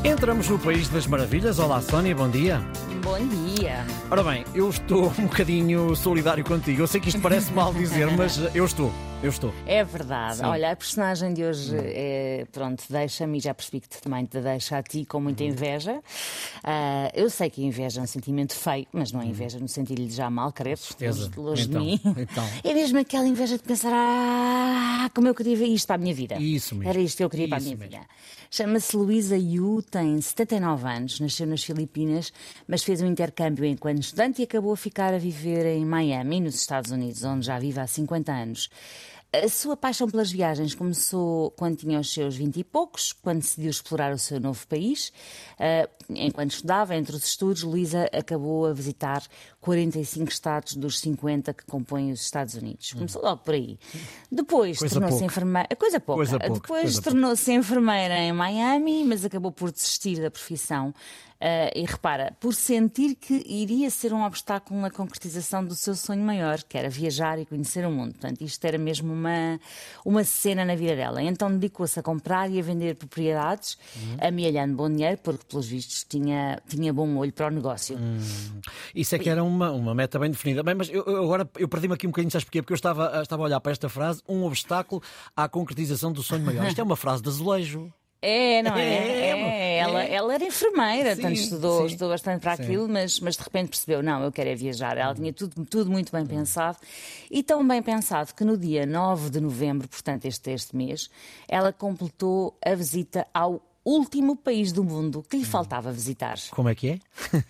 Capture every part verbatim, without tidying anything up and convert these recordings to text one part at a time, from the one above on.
Entramos no País das Maravilhas. Olá, Sónia, bom dia. Bom dia. Ora bem, eu estou um bocadinho solidário contigo. Eu sei que isto parece mal dizer, mas eu estou. Eu estou. É verdade. Sim. Olha, a personagem de hoje, é, pronto, deixa-me, e já percebi que também te deixa a ti com muita inveja. Uh, eu sei que a inveja é um sentimento feio, mas não é inveja no sentido de já mal, credo, longe, longe então, de mim. Então. É mesmo aquela inveja de pensar, ah, como eu queria ver isto para a minha vida. Isso mesmo. Era isto que eu queria para a minha Isso vida. mesmo. Chama-se Luísa Yu, tem setenta e nove anos, nasceu nas Filipinas, mas fez um intercâmbio enquanto estudante e acabou a ficar a viver em Miami, nos Estados Unidos, onde já vive há cinquenta anos. A sua paixão pelas viagens começou quando tinha os seus vinte e poucos, quando decidiu explorar o seu novo país. Enquanto estudava, entre os estudos, Luísa acabou a visitar quarenta e cinco estados dos cinquenta que compõem os Estados Unidos. Começou logo por aí. Depois tornou-se enfermeira. Coisa pouca. Coisa pouca. Depois tornou-se enfermeira em Miami, mas acabou por desistir da profissão. Uh, e repara, por sentir que iria ser um obstáculo na concretização do seu sonho maior, que era viajar e conhecer o mundo. Portanto, isto era mesmo uma, uma cena na vida dela. Então dedicou-se a comprar e a vender propriedades, uhum. amealhando bom dinheiro, porque, pelos vistos, tinha, tinha bom olho para o negócio. Hum. Isso é que era uma, uma meta bem definida. Bem, mas eu, eu agora eu perdi-me aqui um bocadinho, sabes porquê? Porque eu estava, estava a olhar para esta frase, um obstáculo à concretização do sonho maior. Isto é uma frase de azulejo. É, não é? É, é. é. Ela, ela era enfermeira, Sim, portanto estudou, sim. estudou bastante para Sim. aquilo, mas, mas de repente percebeu, não, eu quero é viajar. Ela tinha tudo, tudo muito bem pensado e tão bem pensado que no dia nove de novembro, portanto este, este mês, ela completou a visita ao último país do mundo que lhe faltava visitar. Como é que é?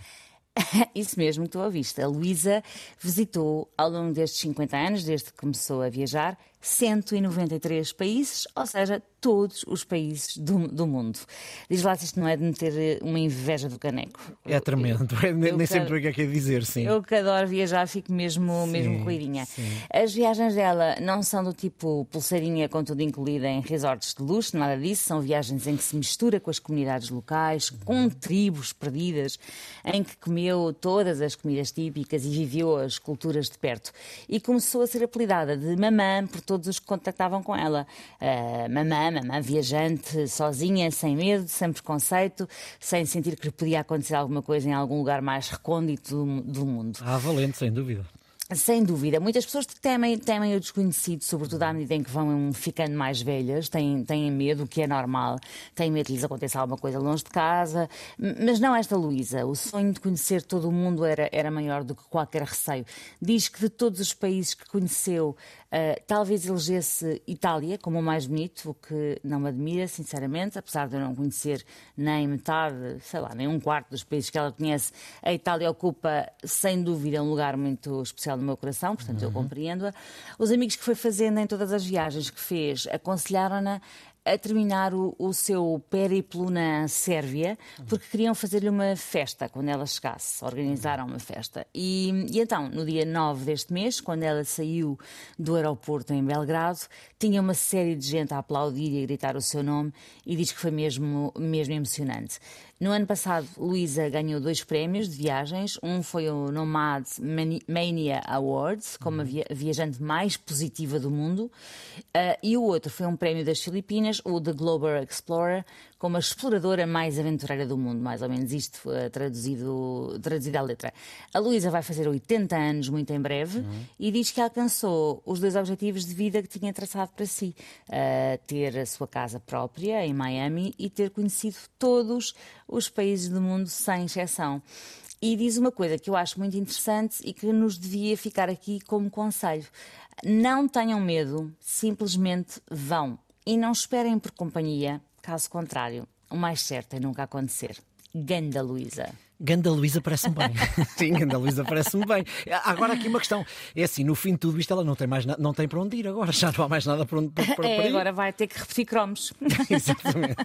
Isso mesmo que tu ouviste. A Luísa visitou ao longo destes cinquenta anos, desde que começou a viajar, cento e noventa e três países, ou seja, todos os países do, do mundo. Diz lá se isto não é de meter uma inveja do caneco. É tremendo, eu, nem, nem sempre o que é que é dizer, sim. Eu que adoro viajar, fico mesmo, sim, mesmo corridinha. Sim. As viagens dela não são do tipo pulseirinha com tudo incluído em resorts de luxo, nada disso. São viagens em que se mistura com as comunidades locais, com tribos perdidas, em que comeu todas as comidas típicas e viveu as culturas de perto. E começou a ser apelidada de mamã por todos os que contactavam com ela. Uh, mamã, mamã viajante, sozinha, sem medo, sem preconceito, sem sentir que lhe podia acontecer alguma coisa em algum lugar mais recôndito do, do mundo. Ah, valente, sem dúvida. Sem dúvida. Muitas pessoas temem, temem o desconhecido, sobretudo à medida em que vão ficando mais velhas, têm, têm medo, o que é normal, têm medo que lhes aconteça alguma coisa longe de casa, mas não esta Luísa. O sonho de conhecer todo o mundo era, era maior do que qualquer receio. Diz que de todos os países que conheceu, uh, talvez elegesse Itália como o mais bonito, o que não me admira, sinceramente, apesar de eu não conhecer nem metade, sei lá, nem um quarto dos países que ela conhece. A Itália ocupa, sem dúvida, um lugar muito especial no meu coração, portanto uhum. eu compreendo-a. Os amigos que foi fazendo em todas as viagens que fez aconselharam-na a terminar o, o seu périplo na Sérvia, porque queriam fazer-lhe uma festa quando ela chegasse, organizaram uma festa. E, e então, no dia nove deste mês, quando ela saiu do aeroporto em Belgrado, tinha uma série de gente a aplaudir e a gritar o seu nome e diz que foi mesmo, mesmo emocionante. No ano passado, Luísa ganhou dois prémios de viagens. Um foi o Nomad Mania Awards, como a viajante mais positiva do mundo, uh, e o outro foi um prémio das Filipinas, o The Global Explorer, como a exploradora mais aventureira do mundo, mais ou menos isto uh, traduzido, traduzido à letra. A Luísa vai fazer oitenta anos muito em breve uhum. e diz que alcançou os dois objetivos de vida que tinha traçado para si. Uh, ter a sua casa própria em Miami e ter conhecido todos os países do mundo sem exceção. E diz uma coisa que eu acho muito interessante e que nos devia ficar aqui como conselho. Não tenham medo, simplesmente vão. E não esperem por companhia, caso contrário, o mais certo é nunca acontecer. Ganda Luísa. Ganda Luísa parece-me bem. Sim, Ganda Luísa parece-me bem. Agora aqui uma questão. É assim, no fim de tudo isto ela não tem, mais na... não tem para onde ir agora. Já não há mais nada para onde para, para, é, para ir. Agora vai ter que repetir cromos. Exatamente.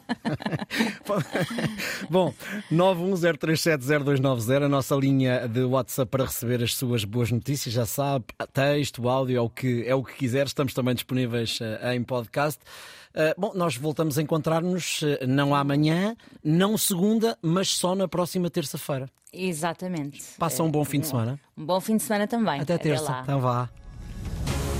Bom, nove um zero três sete zero dois nove zero, a nossa linha de WhatsApp para receber as suas boas notícias. Já sabe, texto, áudio, é o que, é o que quiser. Estamos também disponíveis uh, em podcast. Uh, bom, nós voltamos a encontrar-nos uh, não amanhã, não segunda, mas só na próxima terça-feira. Exatamente. Passa um bom fim de semana. Um bom fim de semana também. Até terça. Até lá. Então vá.